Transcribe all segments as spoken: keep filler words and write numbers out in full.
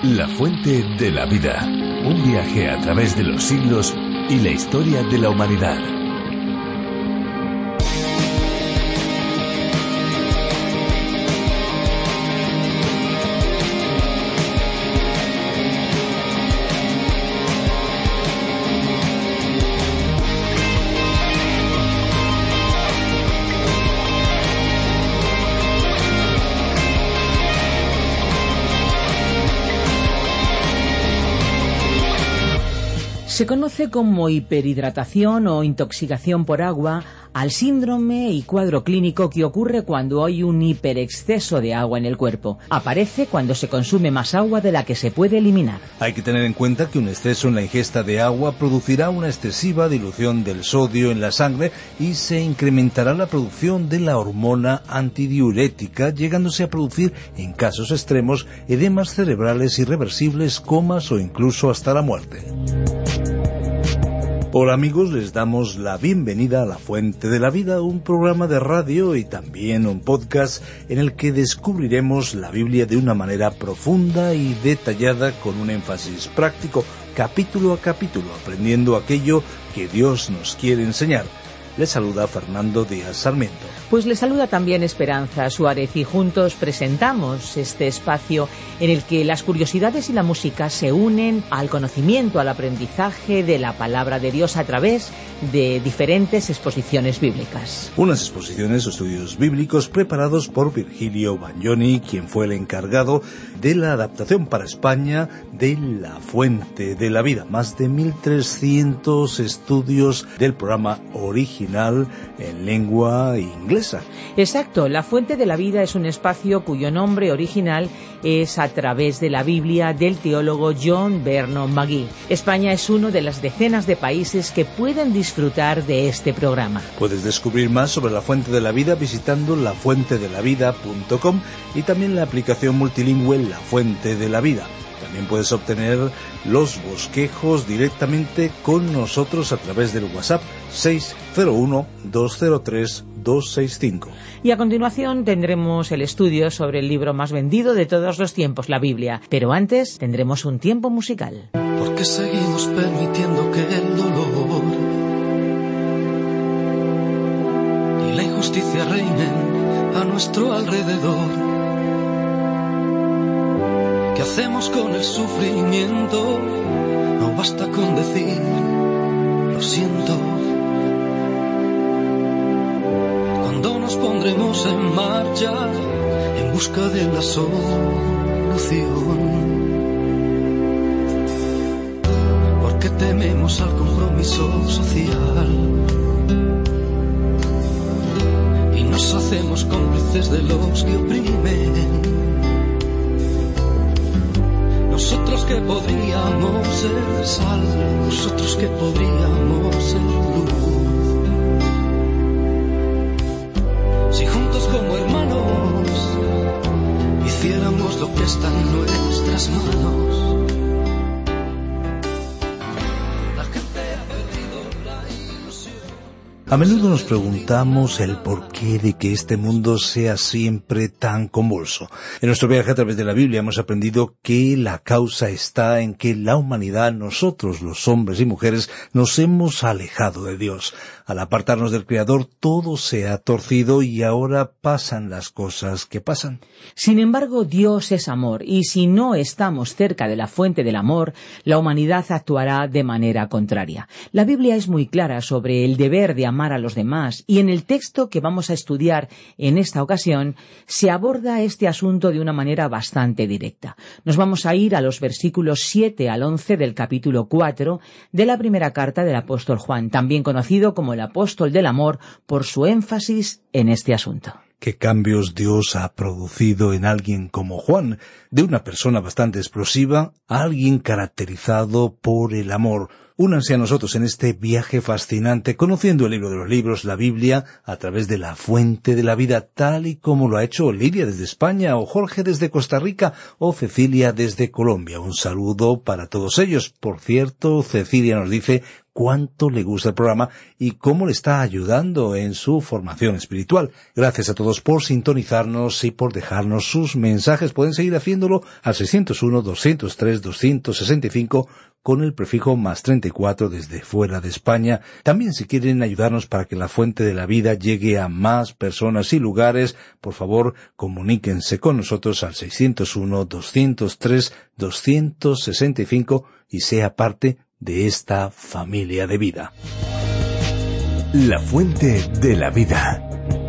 La fuente de la vida. Un viaje a través de los siglos y la historia de la humanidad. Se conoce como hiperhidratación o intoxicación por agua al síndrome y cuadro clínico que ocurre cuando hay un hiperexceso de agua en el cuerpo. Aparece cuando se consume más agua de la que se puede eliminar. Hay que tener en cuenta que un exceso en la ingesta de agua producirá una excesiva dilución del sodio en la sangre y se incrementará la producción de la hormona antidiurética, llegándose a producir, en casos extremos, edemas cerebrales irreversibles, comas o incluso hasta la muerte. Hola amigos, les damos la bienvenida a La Fuente de la Vida, un programa de radio y también un podcast en el que descubriremos la Biblia de una manera profunda y detallada con un énfasis práctico, capítulo a capítulo, aprendiendo aquello que Dios nos quiere enseñar. Les saluda Fernando Díaz Sarmiento. Pues les saluda también Esperanza Suárez y juntos presentamos este espacio en el que las curiosidades y la música se unen al conocimiento, al aprendizaje de la palabra de Dios a través de diferentes exposiciones bíblicas. Unas exposiciones o estudios bíblicos preparados por Virgilio Bagnoni, quien fue el encargado de la adaptación para España de La Fuente de la Vida. Más de mil trescientos estudios del programa original en lengua inglesa. Exacto, La Fuente de la Vida es un espacio cuyo nombre original es a través de la Biblia del teólogo John Vernon McGee. España es uno de las decenas de países que pueden disfrutar de este programa. Puedes descubrir más sobre La Fuente de la Vida visitando la fuente de la vida punto com y también la aplicación multilingüe La Fuente de la Vida. También puedes obtener los bosquejos directamente con nosotros a través del WhatsApp seis cero uno, dos cero tres, dos seis cinco. Y a continuación tendremos el estudio sobre el libro más vendido de todos los tiempos, la Biblia. Pero antes tendremos un tiempo musical. Porque seguimos permitiendo que el dolor y la injusticia reinen a nuestro alrededor. ¿Qué hacemos con el sufrimiento? No basta con decir lo siento. ¿Cuándo nos pondremos en marcha en busca de la solución? Porque tememos al compromiso social y nos hacemos cómplices de los que oprimen. Nosotros que podríamos ser sal, nosotros que podríamos ser luz. Si juntos como hermanos hiciéramos lo que está en nuestras manos. La gente ha perdido la ilusión. A menudo nos preguntamos el porqué de que este mundo sea siempre tan convulso. En nuestro viaje a través de la Biblia hemos aprendido que la causa está en que la humanidad, nosotros los hombres y mujeres, nos hemos alejado de Dios. Al apartarnos del Creador, todo se ha torcido y ahora pasan las cosas que pasan. Sin embargo, Dios es amor, y si no estamos cerca de la fuente del amor, la humanidad actuará de manera contraria. La Biblia es muy clara sobre el deber de amar a los demás, y en el texto que vamos a estudiar en esta ocasión, se aborda este asunto de una manera bastante directa. Nos vamos a ir a los versículos siete al once del capítulo cuatro de la primera carta del apóstol Juan, también conocido como el apóstol del amor por su énfasis en este asunto. ¿Qué cambios Dios ha producido en alguien como Juan? De una persona bastante explosiva a alguien caracterizado por el amor. Únanse a nosotros en este viaje fascinante, conociendo el libro de los libros, la Biblia, a través de La Fuente de la Vida, tal y como lo ha hecho Lidia desde España, o Jorge desde Costa Rica, o Cecilia desde Colombia. Un saludo para todos ellos. Por cierto, Cecilia nos dice: cuánto le gusta el programa y cómo le está ayudando en su formación espiritual. Gracias a todos por sintonizarnos y por dejarnos sus mensajes. Pueden seguir haciéndolo al seis cero uno, dos cero tres, dos seis cinco con el prefijo más treinta y cuatro desde fuera de España. También si quieren ayudarnos para que la Fuente de la Vida llegue a más personas y lugares, por favor comuníquense con nosotros al seis cero uno, dos cero tres, dos seis cinco y sea parte de esta familia de vida. La Fuente de la Vida.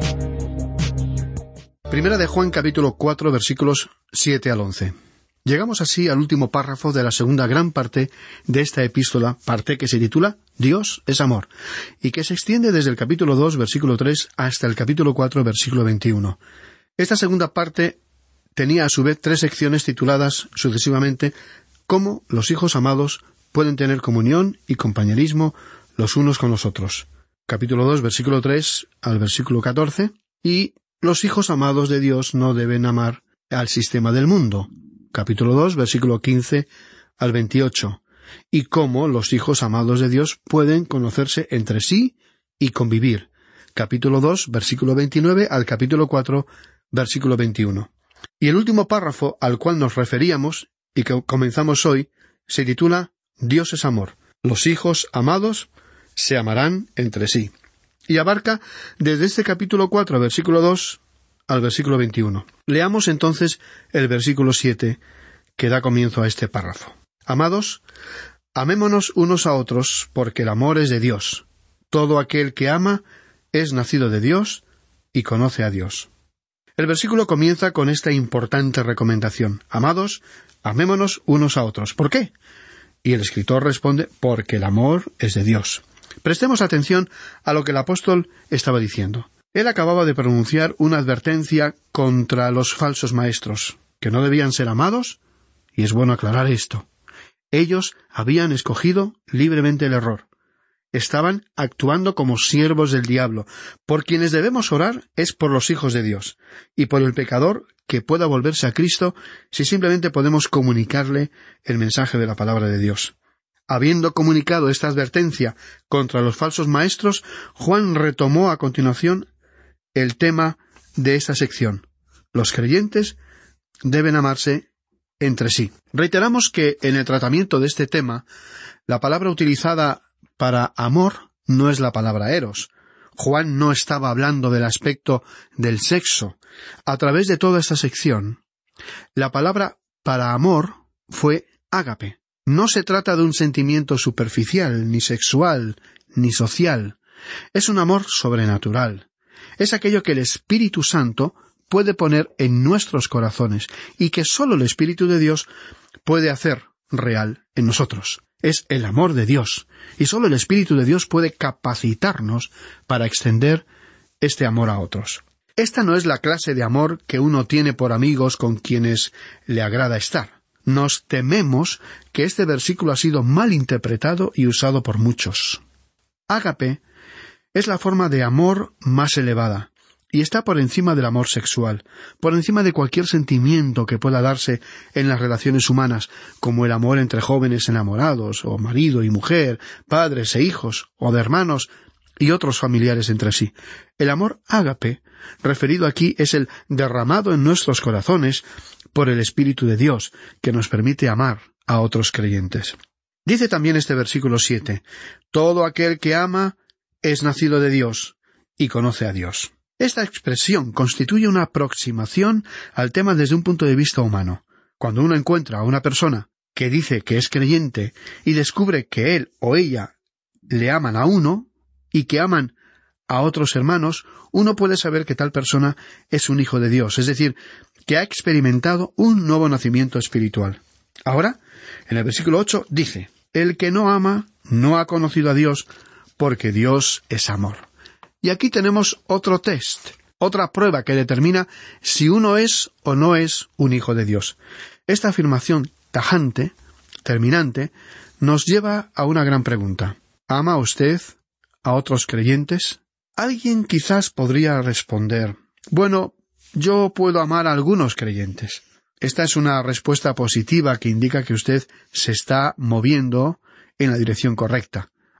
Primera de Juan, capítulo cuatro, versículos siete al once. Llegamos así al último párrafo de la segunda gran parte de esta epístola, parte que se titula Dios es amor, y que se extiende desde el capítulo dos, versículo tres, hasta el capítulo cuatro, versículo veintiuno. Esta segunda parte tenía a su vez tres secciones tituladas sucesivamente Cómo los hijos amados pueden tener comunión y compañerismo los unos con los otros. Capítulo dos, versículo tres al versículo catorce, y los hijos amados de Dios no deben amar al sistema del mundo. Capítulo dos, versículo quince al veintiocho, y cómo los hijos amados de Dios pueden conocerse entre sí y convivir. Capítulo dos, versículo veintinueve al capítulo cuatro, versículo veintiuno. Y el último párrafo al cual nos referíamos, y que comenzamos hoy, se titula Dios es amor. Los hijos amados se amarán entre sí. Y abarca desde este capítulo cuatro, versículo dos, al versículo veintiuno. Leamos entonces el versículo siete, que da comienzo a este párrafo. Amados, amémonos unos a otros, porque el amor es de Dios. Todo aquel que ama es nacido de Dios y conoce a Dios. El versículo comienza con esta importante recomendación. Amados, amémonos unos a otros. ¿Por qué? Y el escritor responde, porque el amor es de Dios. Prestemos atención a lo que el apóstol estaba diciendo. Él acababa de pronunciar una advertencia contra los falsos maestros, que no debían ser amados, y es bueno aclarar esto. Ellos habían escogido libremente el error. Estaban actuando como siervos del diablo. Por quienes debemos orar es por los hijos de Dios, y por el pecador que pueda volverse a Cristo si simplemente podemos comunicarle el mensaje de la palabra de Dios. Habiendo comunicado esta advertencia contra los falsos maestros, Juan retomó a continuación el tema de esta sección. Los creyentes deben amarse entre sí. Reiteramos que en el tratamiento de este tema, la palabra utilizada para amor no es la palabra eros. Juan no estaba hablando del aspecto del sexo. A través de toda esta sección, la palabra para amor fue ágape. No se trata de un sentimiento superficial, ni sexual, ni social. Es un amor sobrenatural. Es aquello que el Espíritu Santo puede poner en nuestros corazones y que sólo el Espíritu de Dios puede hacer real en nosotros. Es el amor de Dios, y sólo el Espíritu de Dios puede capacitarnos para extender este amor a otros. Esta no es la clase de amor que uno tiene por amigos con quienes le agrada estar. Nos tememos que este versículo ha sido mal interpretado y usado por muchos. Ágape es la forma de amor más elevada, y está por encima del amor sexual, por encima de cualquier sentimiento que pueda darse en las relaciones humanas, como el amor entre jóvenes enamorados, o marido y mujer, padres e hijos, o de hermanos y otros familiares entre sí. El amor ágape, referido aquí, es el derramado en nuestros corazones por el Espíritu de Dios, que nos permite amar a otros creyentes. Dice también este versículo siete, todo aquel que ama es nacido de Dios y conoce a Dios. Esta expresión constituye una aproximación al tema desde un punto de vista humano. Cuando uno encuentra a una persona que dice que es creyente y descubre que él o ella le aman a uno y que aman a otros hermanos, uno puede saber que tal persona es un hijo de Dios, es decir, que ha experimentado un nuevo nacimiento espiritual. Ahora, en el versículo ocho dice, el que no ama no ha conocido a Dios, porque Dios es amor. Y aquí tenemos otro test, otra prueba que determina si uno es o no es un hijo de Dios. Esta afirmación tajante, terminante, nos lleva a una gran pregunta. ¿Ama usted a otros creyentes? Alguien quizás podría responder, bueno, yo puedo amar a algunos creyentes. Esta es una respuesta positiva que indica que usted se está moviendo en la dirección correcta.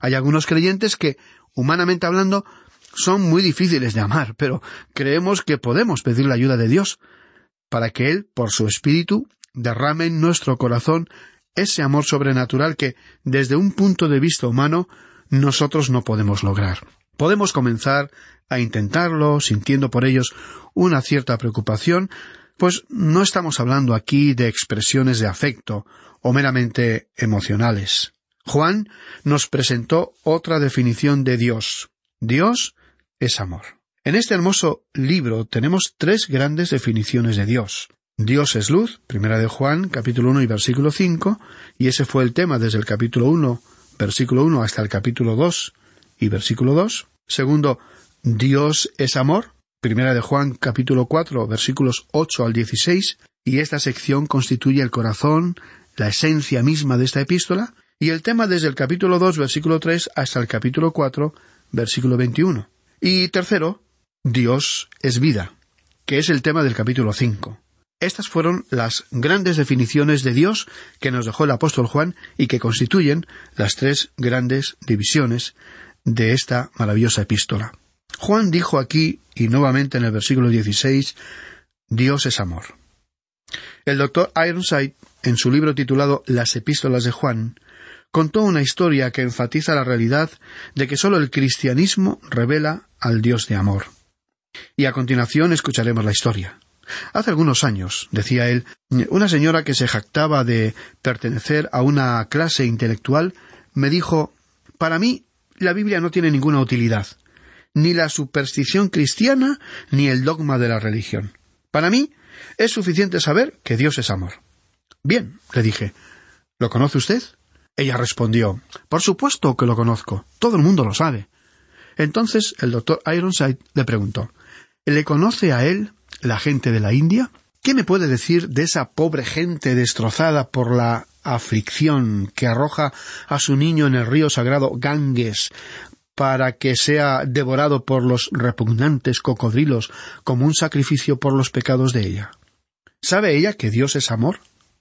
Hay algunos creyentes que, humanamente hablando, son muy difíciles de amar, pero creemos que podemos pedir la ayuda de Dios para que Él, por su Espíritu, derrame en nuestro corazón ese amor sobrenatural que, desde un punto de vista humano, nosotros no podemos lograr. Podemos comenzar a intentarlo, sintiendo por ellos una cierta preocupación, pues no estamos hablando aquí de expresiones de afecto o meramente emocionales. Juan nos presentó otra definición de Dios. Dios es amor. En este hermoso libro tenemos tres grandes definiciones de Dios. Dios es luz, primera de Juan, capítulo uno y versículo cinco, y ese fue el tema desde el capítulo uno, versículo uno, hasta el capítulo dos y versículo dos. Segundo, Dios es amor, primera de Juan, capítulo cuatro, versículos ocho al dieciséis, y esta sección constituye el corazón, la esencia misma de esta epístola, y el tema desde el capítulo dos, versículo tres, hasta el capítulo cuatro, versículo veintiuno. Y tercero, Dios es vida, que es el tema del capítulo cinco. Estas fueron las grandes definiciones de Dios que nos dejó el apóstol Juan y que constituyen las tres grandes divisiones de esta maravillosa epístola. Juan dijo aquí, y nuevamente en el versículo dieciséis, Dios es amor. El doctor Ironside, en su libro titulado Las epístolas de Juan, contó una historia que enfatiza la realidad de que sólo el cristianismo revela al Dios de amor. Y a continuación escucharemos la historia. Hace algunos años, decía él, una señora que se jactaba de pertenecer a una clase intelectual me dijo, para mí la Biblia no tiene ninguna utilidad, ni la superstición cristiana ni el dogma de la religión. Para mí es suficiente saber que Dios es amor. Bien, le dije, ¿lo conoce usted? Ella respondió, por supuesto que lo conozco, todo el mundo lo sabe. Entonces el doctor Ironside le preguntó, ¿le conoce a él la gente de la India? ¿Qué me puede decir de esa pobre gente destrozada por la aflicción que arroja a su niño en el río sagrado Ganges para que sea devorado por los repugnantes cocodrilos como un sacrificio por los pecados de ella? ¿Sabe ella que Dios es amor?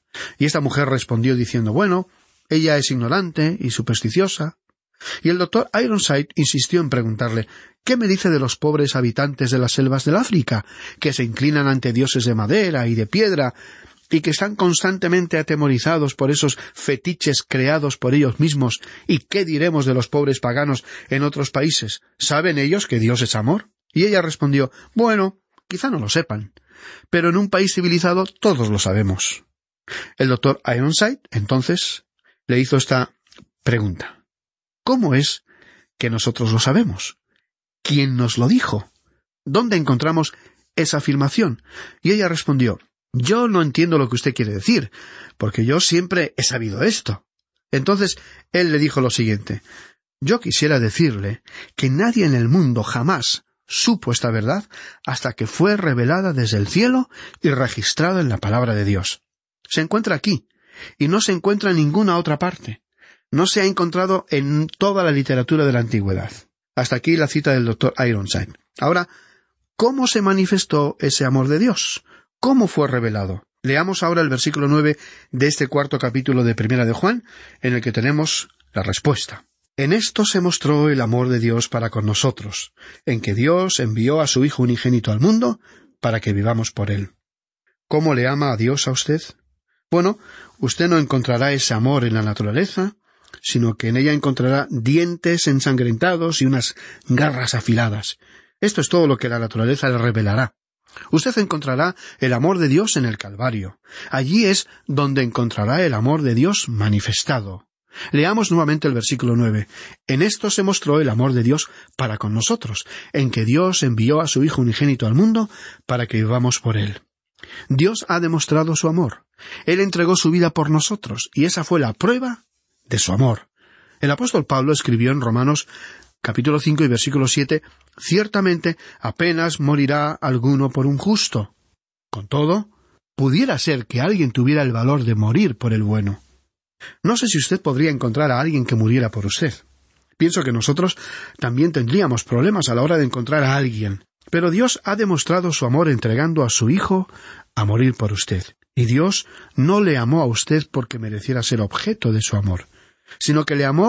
Y esta mujer respondió diciendo, bueno, ella es ignorante y supersticiosa. Y el doctor Ironside insistió en preguntarle, ¿qué me dice de los pobres habitantes de las selvas del África, que se inclinan ante dioses de madera y de piedra, y que están constantemente atemorizados por esos fetiches creados por ellos mismos? ¿Y qué diremos de los pobres paganos en otros países? ¿Saben ellos que Dios es amor? Y ella respondió, bueno, quizá no lo sepan, pero en un país civilizado todos lo sabemos. El doctor Ironside, entonces, le hizo esta pregunta. ¿Cómo es que nosotros lo sabemos? ¿Quién nos lo dijo? ¿Dónde encontramos esa afirmación? Y ella respondió, yo no entiendo lo que usted quiere decir, porque yo siempre he sabido esto. Entonces él le dijo lo siguiente, yo quisiera decirle que nadie en el mundo jamás supo esta verdad hasta que fue revelada desde el cielo y registrada en la palabra de Dios. Se encuentra aquí, y no se encuentra en ninguna otra parte. No se ha encontrado en toda la literatura de la antigüedad. Hasta aquí la cita del doctor Ironside. Ahora, ¿cómo se manifestó ese amor de Dios? ¿Cómo fue revelado? Leamos ahora el versículo nueve de este cuarto capítulo de Primera de Juan, en el que tenemos la respuesta. En esto se mostró el amor de Dios para con nosotros, en que Dios envió a su Hijo unigénito al mundo para que vivamos por él. ¿Cómo le ama a Dios a usted? Bueno, usted no encontrará ese amor en la naturaleza, sino que en ella encontrará dientes ensangrentados y unas garras afiladas. Esto es todo lo que la naturaleza le revelará. Usted encontrará el amor de Dios en el Calvario. Allí es donde encontrará el amor de Dios manifestado. Leamos nuevamente el versículo nueve. En esto se mostró el amor de Dios para con nosotros, en que Dios envió a su Hijo unigénito al mundo para que vivamos por él. Dios ha demostrado su amor. Él entregó su vida por nosotros, y esa fue la prueba de su amor. El apóstol Pablo escribió en Romanos capítulo cinco y versículo siete, ciertamente apenas morirá alguno por un justo. Con todo, pudiera ser que alguien tuviera el valor de morir por el bueno. No sé si usted podría encontrar a alguien que muriera por usted. Pienso que nosotros también tendríamos problemas a la hora de encontrar a alguien. Pero Dios ha demostrado su amor entregando a su Hijo a morir por usted. Y Dios no le amó a usted porque mereciera ser objeto de su amor, sino que le amó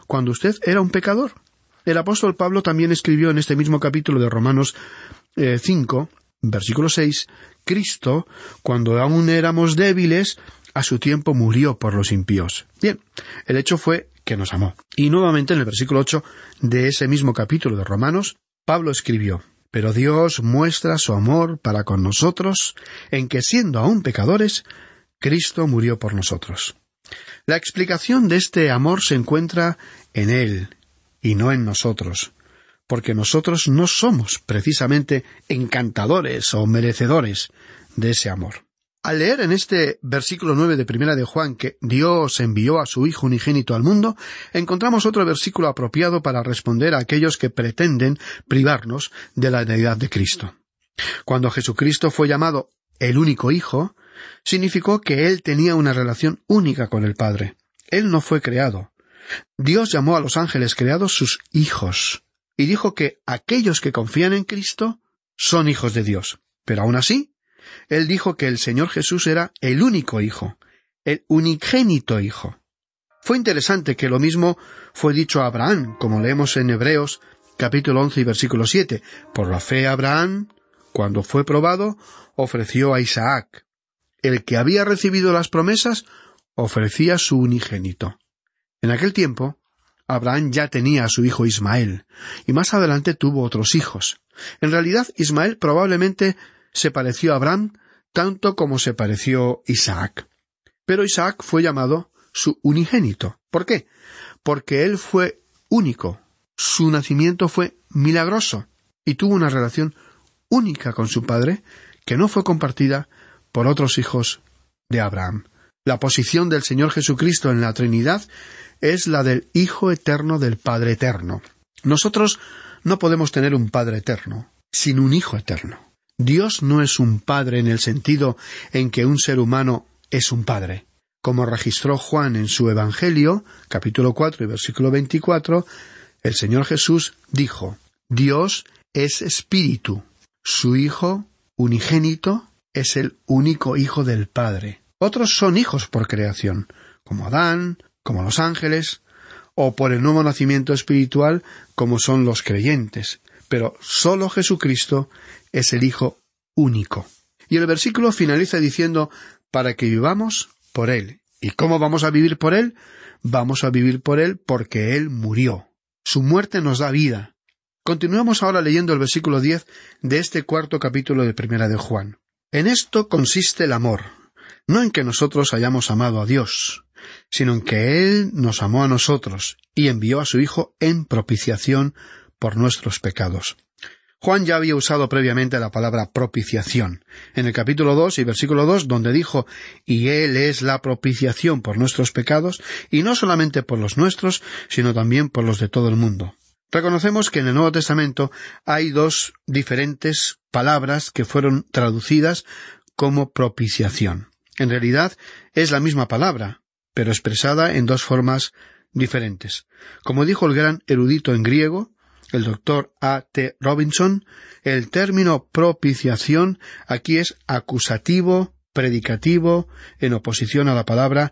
cuando usted era un pecador. El apóstol Pablo también escribió en este mismo capítulo de Romanos eh, cinco, versículo seis, Cristo, cuando aún éramos débiles, a su tiempo murió por los impíos. Bien, el hecho fue que nos amó. Y nuevamente en el versículo ocho de ese mismo capítulo de Romanos, Pablo escribió, pero Dios muestra su amor para con nosotros, en que siendo aún pecadores, Cristo murió por nosotros. La explicación de este amor se encuentra en Él, y no en nosotros, porque nosotros no somos precisamente encantadores o merecedores de ese amor. Al leer en este versículo nueve de Primera de Juan que Dios envió a su Hijo unigénito al mundo, encontramos otro versículo apropiado para responder a aquellos que pretenden privarnos de la deidad de Cristo. Cuando Jesucristo fue llamado el único Hijo, significó que Él tenía una relación única con el Padre. Él no fue creado. Dios llamó a los ángeles creados sus hijos, y dijo que aquellos que confían en Cristo son hijos de Dios. Pero aún así, Él dijo que el Señor Jesús era el único Hijo, el unigénito Hijo. Fue interesante que lo mismo fue dicho a Abraham, como leemos en Hebreos capítulo once y versículo siete. Por la fe Abraham, cuando fue probado, ofreció a Isaac. El que había recibido las promesas, ofrecía su unigénito. En aquel tiempo, Abraham ya tenía a su hijo Ismael, y más adelante tuvo otros hijos. En realidad, Ismael probablemente se pareció a Abraham tanto como se pareció Isaac. Pero Isaac fue llamado su unigénito. ¿Por qué? Porque él fue único. Su nacimiento fue milagroso, y tuvo una relación única con su padre que no fue compartida por otros hijos de Abraham. La posición del Señor Jesucristo en la Trinidad es la del Hijo eterno del Padre eterno. Nosotros no podemos tener un Padre eterno sin un Hijo eterno. Dios no es un Padre en el sentido en que un ser humano es un Padre. Como registró Juan en su Evangelio, capítulo cuatro y versículo veinticuatro, el Señor Jesús dijo, Dios es Espíritu. Su Hijo unigénito es el único Hijo del Padre. Otros son hijos por creación, como Adán, como los ángeles, o por el nuevo nacimiento espiritual, como son los creyentes. Pero sólo Jesucristo es el Hijo único. Y el versículo finaliza diciendo, para que vivamos por Él. ¿Y cómo vamos a vivir por Él? Vamos a vivir por Él porque Él murió. Su muerte nos da vida. Continuamos ahora leyendo el versículo diez de este cuarto capítulo de Primera de Juan. En esto consiste el amor, no en que nosotros hayamos amado a Dios, sino en que Él nos amó a nosotros y envió a su Hijo en propiciación por nuestros pecados. Juan ya había usado previamente la palabra propiciación, en el capítulo dos y versículo dos, donde dijo, y Él es la propiciación por nuestros pecados, y no solamente por los nuestros, sino también por los de todo el mundo. Reconocemos que en el Nuevo Testamento hay dos diferentes palabras que fueron traducidas como propiciación. En realidad es la misma palabra, pero expresada en dos formas diferentes. Como dijo el gran erudito en griego, el doctor A T Robinson, el término propiciación aquí es acusativo, predicativo, en oposición a la palabra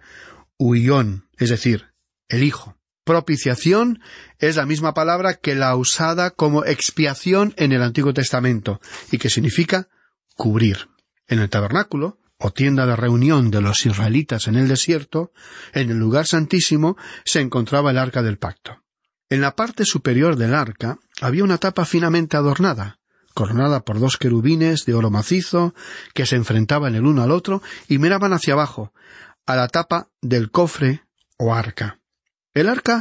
huión, es decir, el Hijo. Propiciación es la misma palabra que la usada como expiación en el Antiguo Testamento, y que significa cubrir. En el tabernáculo, o tienda de reunión de los israelitas en el desierto, en el lugar santísimo se encontraba el arca del pacto. En la parte superior del arca había una tapa finamente adornada, coronada por dos querubines de oro macizo, que se enfrentaban el uno al otro y miraban hacia abajo, a la tapa del cofre o arca. El arca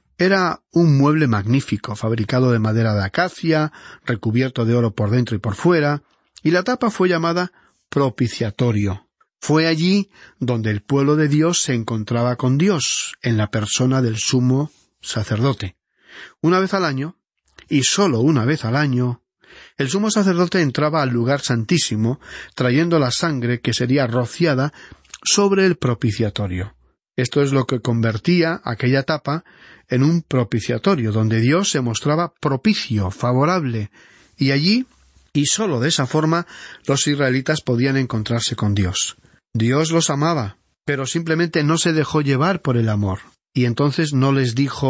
era un mueble magnífico, fabricado de madera de acacia, recubierto de oro por dentro y por fuera, y la tapa fue llamada propiciatorio. Fue allí donde el pueblo de Dios se encontraba con Dios, en la persona del sumo sacerdote. Una vez al año, y sólo una vez al año, el sumo sacerdote entraba al lugar santísimo, trayendo la sangre que sería rociada sobre el propiciatorio. Esto es lo que convertía aquella tapa en un propiciatorio, donde Dios se mostraba propicio, favorable, y allí, y sólo de esa forma, los israelitas podían encontrarse con Dios. Dios los amaba, pero simplemente no se dejó llevar por el amor, y entonces no les dijo,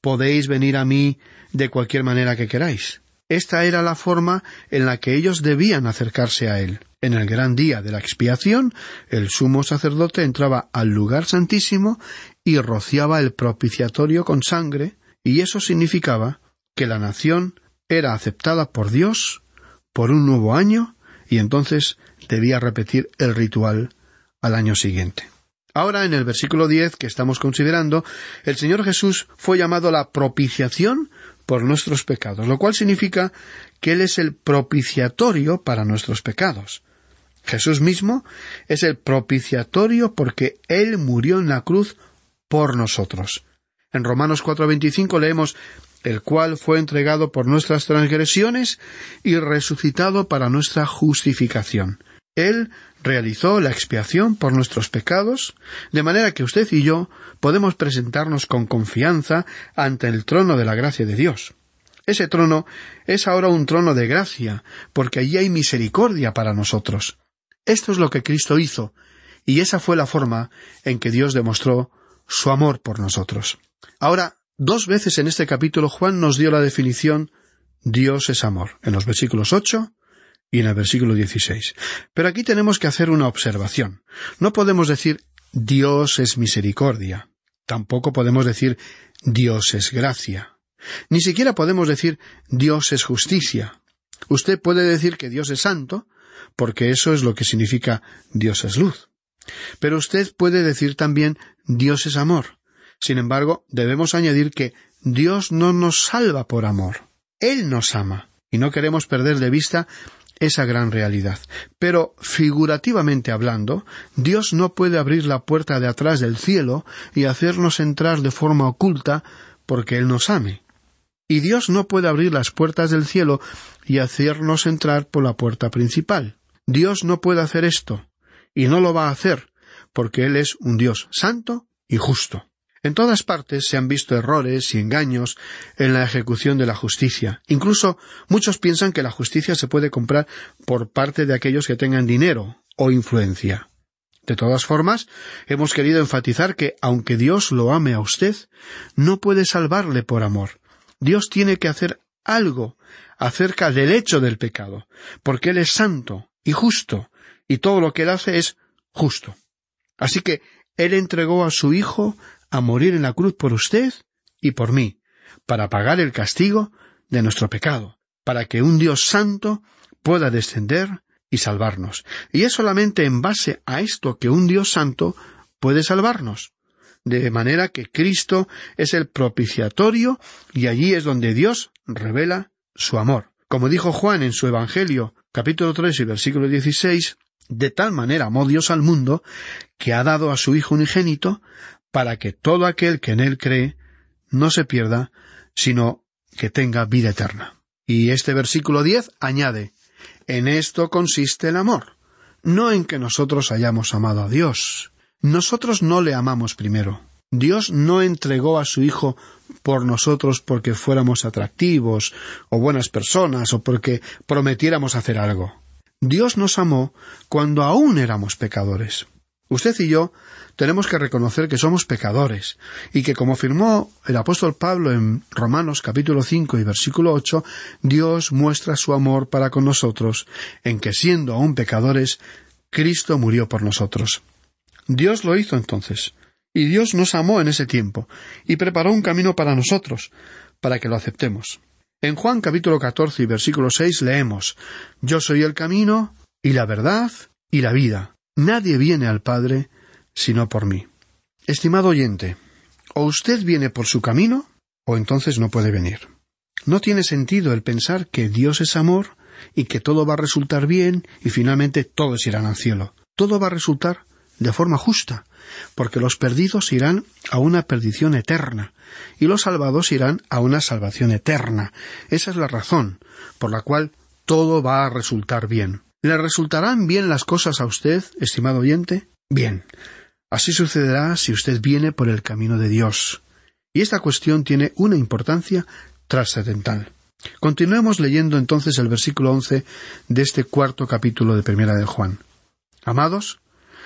podéis venir a mí de cualquier manera que queráis. Esta era la forma en la que ellos debían acercarse a él. En el gran día de la expiación, el sumo sacerdote entraba al lugar santísimo y rociaba el propiciatorio con sangre, y eso significaba que la nación era aceptada por Dios por un nuevo año, y entonces debía repetir el ritual al año siguiente. Ahora, en el versículo diez que estamos considerando, el Señor Jesús fue llamado la propiciación por nuestros pecados, lo cual significa que Él es el propiciatorio para nuestros pecados. Jesús mismo es el propiciatorio porque Él murió en la cruz por nosotros. En Romanos cuatro veinticinco leemos: el cual fue entregado por nuestras transgresiones y resucitado para nuestra justificación. Él realizó la expiación por nuestros pecados, de manera que usted y yo podemos presentarnos con confianza ante el trono de la gracia de Dios. Ese trono es ahora un trono de gracia, porque allí hay misericordia para nosotros. Esto es lo que Cristo hizo, y esa fue la forma en que Dios demostró su amor por nosotros. Ahora, dos veces en este capítulo Juan nos dio la definición Dios es amor, en los versículos ocho y en el versículo dieciséis. Pero aquí tenemos que hacer una observación. No podemos decir Dios es misericordia. Tampoco podemos decir Dios es gracia. Ni siquiera podemos decir Dios es justicia. Usted puede decir que Dios es santo, porque eso es lo que significa Dios es luz. Pero usted puede decir también Dios es amor. Sin embargo, debemos añadir que Dios no nos salva por amor. Él nos ama, y no queremos perder de vista esa gran realidad. Pero, figurativamente hablando, Dios no puede abrir la puerta de atrás del cielo y hacernos entrar de forma oculta porque Él nos ame. Y Dios no puede abrir las puertas del cielo y hacernos entrar por la puerta principal. Dios no puede hacer esto, y no lo va a hacer, porque Él es un Dios santo y justo. En todas partes se han visto errores y engaños en la ejecución de la justicia. Incluso muchos piensan que la justicia se puede comprar por parte de aquellos que tengan dinero o influencia. De todas formas, hemos querido enfatizar que, aunque Dios lo ame a usted, no puede salvarle por amor. Dios tiene que hacer algo acerca del hecho del pecado, porque Él es santo y justo, y todo lo que Él hace es justo. Así que Él entregó a su Hijo a morir en la cruz por usted y por mí, para pagar el castigo de nuestro pecado, para que un Dios santo pueda descender y salvarnos. Y es solamente en base a esto que un Dios santo puede salvarnos. De manera que Cristo es el propiciatorio, y allí es donde Dios revela su amor. Como dijo Juan en su Evangelio, capítulo tres y versículo dieciséis, de tal manera amó Dios al mundo, que ha dado a su Hijo unigénito, para que todo aquel que en Él cree no se pierda, sino que tenga vida eterna. Y este versículo diez añade: en esto consiste el amor, no en que nosotros hayamos amado a Dios. Nosotros no le amamos primero. Dios no entregó a su Hijo por nosotros porque fuéramos atractivos, o buenas personas, o porque prometiéramos hacer algo. Dios nos amó cuando aún éramos pecadores. Usted y yo tenemos que reconocer que somos pecadores, y que, como afirmó el apóstol Pablo en Romanos capítulo cinco y versículo ocho, Dios muestra su amor para con nosotros, en que siendo aún pecadores, Cristo murió por nosotros. Dios lo hizo entonces, y Dios nos amó en ese tiempo, y preparó un camino para nosotros, para que lo aceptemos. En Juan capítulo catorce y versículo seis leemos: Yo soy el camino, y la verdad, y la vida. Nadie viene al Padre sino por mí. Estimado oyente, o usted viene por su camino, o entonces no puede venir. No tiene sentido el pensar que Dios es amor y que todo va a resultar bien y finalmente todos irán al cielo. Todo va a resultar de forma justa, porque los perdidos irán a una perdición eterna y los salvados irán a una salvación eterna. Esa es la razón por la cual todo va a resultar bien. ¿Le resultarán bien las cosas a usted, estimado oyente? Bien. Así sucederá si usted viene por el camino de Dios. Y esta cuestión tiene una importancia trascendental. Continuemos leyendo entonces el versículo once de este cuarto capítulo de Primera de Juan. Amados,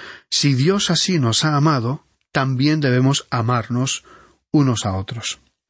si Dios así nos ha amado, también debemos amarnos unos a otros.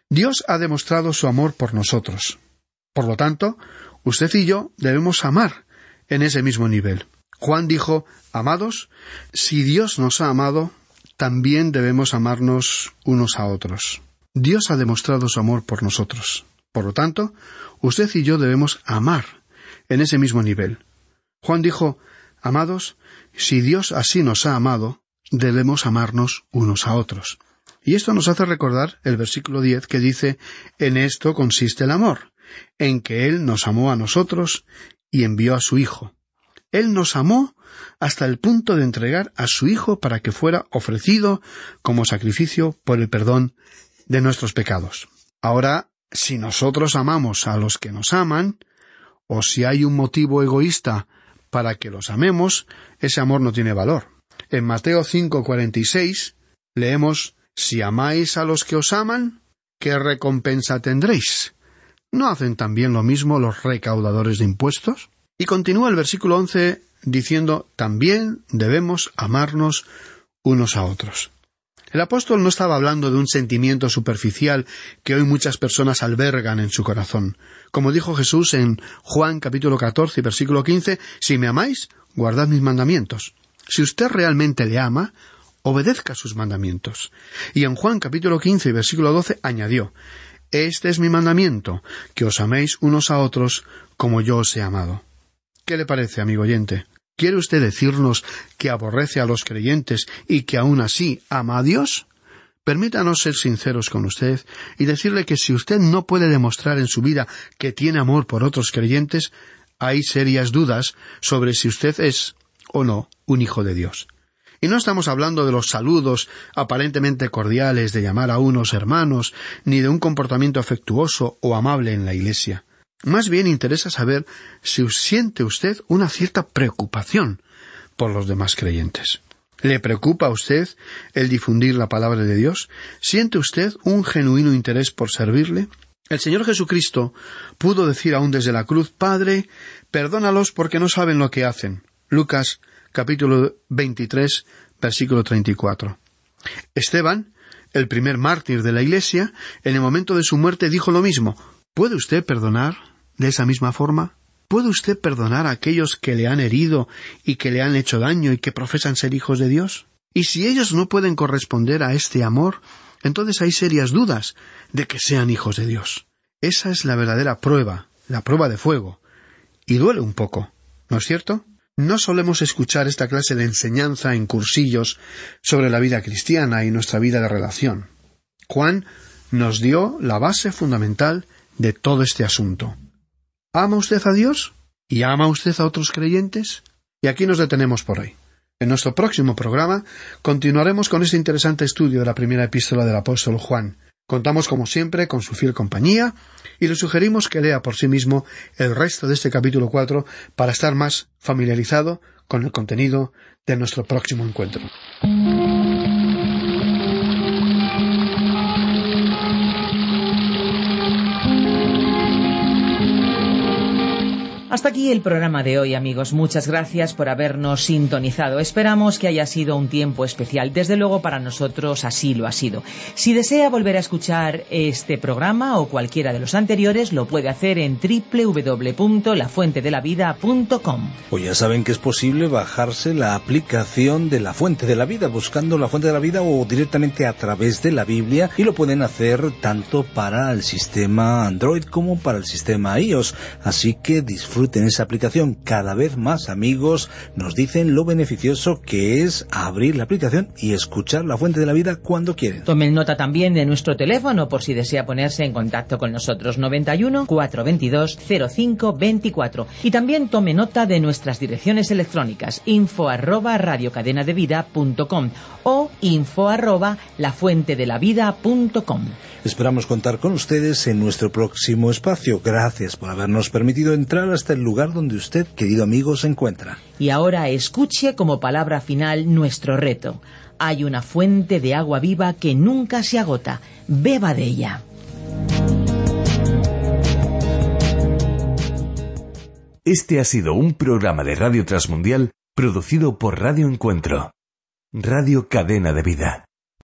Dios ha demostrado su amor por nosotros. Por lo tanto, usted y yo debemos amar en ese mismo nivel. Juan dijo, amados, si Dios nos ha amado, también debemos amarnos unos a otros. Dios ha demostrado su amor por nosotros. Por lo tanto, usted y yo debemos amar en ese mismo nivel. Juan dijo, amados, si Dios así nos ha amado, debemos amarnos unos a otros. Y esto nos hace recordar el versículo diez que dice, en esto consiste el amor, en que Él nos amó a nosotros y envió a su Hijo. Él nos amó hasta el punto de entregar a su Hijo para que fuera ofrecido como sacrificio por el perdón de nuestros pecados. Ahora, si nosotros amamos a los que nos aman, o si hay un motivo egoísta para que los amemos, ese amor no tiene valor. En Mateo cinco cuarenta y seis leemos, si amáis a los que os aman, ¿qué recompensa tendréis? ¿No hacen también lo mismo los recaudadores de impuestos? Y continúa el versículo once diciendo, también debemos amarnos unos a otros. El apóstol no estaba hablando de un sentimiento superficial que hoy muchas personas albergan en su corazón. Como dijo Jesús en Juan capítulo catorce, versículo quince, si me amáis, guardad mis mandamientos. Si usted realmente le ama, obedezca sus mandamientos. Y en Juan capítulo quince, versículo doce, añadió, este es mi mandamiento, que os améis unos a otros como yo os he amado. ¿Qué le parece, amigo oyente? ¿Quiere usted decirnos que aborrece a los creyentes y que aún así ama a Dios? Permítanos ser sinceros con usted y decirle que si usted no puede demostrar en su vida que tiene amor por otros creyentes, hay serias dudas sobre si usted es o no un hijo de Dios. Y no estamos hablando de los saludos aparentemente cordiales de llamar a unos hermanos, ni de un comportamiento afectuoso o amable en la iglesia. Más bien interesa saber si siente usted una cierta preocupación por los demás creyentes. ¿Le preocupa a usted el difundir la palabra de Dios? ¿Siente usted un genuino interés por servirle? El Señor Jesucristo pudo decir aún desde la cruz, Padre, perdónalos porque no saben lo que hacen. Lucas capítulo veintitrés, versículo treinta y cuatro. Esteban, el primer mártir de la Iglesia, en el momento de su muerte dijo lo mismo. ¿Puede usted perdonar de esa misma forma? ¿Puede usted perdonar a aquellos que le han herido y que le han hecho daño y que profesan ser hijos de Dios? Y si ellos no pueden corresponder a este amor, entonces hay serias dudas de que sean hijos de Dios. Esa es la verdadera prueba, la prueba de fuego. Y duele un poco, ¿no es cierto? No solemos escuchar esta clase de enseñanza en cursillos sobre la vida cristiana y nuestra vida de relación. Juan nos dio la base fundamental de todo este asunto. ¿Ama usted a Dios? ¿Y ama usted a otros creyentes? Y aquí nos detenemos por hoy. En nuestro próximo programa continuaremos con este interesante estudio de la primera epístola del apóstol Juan. Contamos como siempre con su fiel compañía y le sugerimos que lea por sí mismo el resto de este capítulo cuatro para estar más familiarizado con el contenido de nuestro próximo encuentro. Hasta aquí el programa de hoy, amigos. Muchas gracias por habernos sintonizado. Esperamos que haya sido un tiempo especial. Desde luego para nosotros así lo ha sido. Si desea volver a escuchar este programa o cualquiera de los anteriores, lo puede hacer en doble u doble u doble u punto la fuente de la vida punto com. Pues ya saben que es posible bajarse la aplicación de La Fuente de la Vida, buscando La Fuente de la Vida o directamente a través de la Biblia, y lo pueden hacer tanto para el sistema Android como para el sistema iOS. Así que disfruten Disfruten esa aplicación. Cada vez más amigos nos dicen lo beneficioso que es abrir la aplicación y escuchar La Fuente de la Vida cuando quieren. Tomen nota también de nuestro teléfono por si desea ponerse en contacto con nosotros, noventa y uno, cuatrocientos veintidós, cero cinco veinticuatro. Y también tome nota de nuestras direcciones electrónicas, info arroba radiocadenadevida punto com o info arroba lafuentedelavida punto com. Esperamos contar con ustedes en nuestro próximo espacio. Gracias por habernos permitido entrar hasta el lugar donde usted, querido amigo, se encuentra. Y ahora escuche como palabra final nuestro reto. Hay una fuente de agua viva que nunca se agota. Beba de ella. Este ha sido un programa de Radio Transmundial producido por Radio Encuentro, Radio Cadena de Vida.